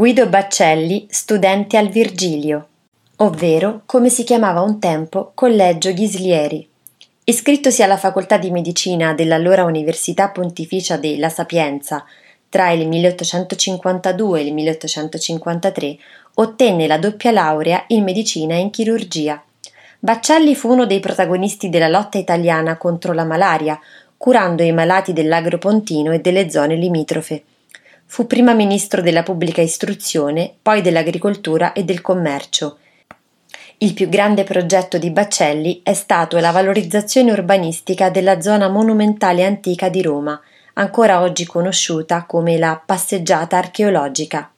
Guido Baccelli, studente al Virgilio, ovvero come si chiamava un tempo Collegio Ghislieri. Iscrittosi alla facoltà di medicina dell'allora Università Pontificia de La Sapienza tra il 1852 e il 1853, ottenne la doppia laurea in medicina e in chirurgia. Baccelli fu uno dei protagonisti della lotta italiana contro la malaria, curando i malati dell'Agropontino e delle zone limitrofe. Fu prima ministro della pubblica istruzione, poi dell'agricoltura e del commercio. Il più grande progetto di Baccelli è stato la valorizzazione urbanistica della zona monumentale antica di Roma, ancora oggi conosciuta come la Passeggiata archeologica.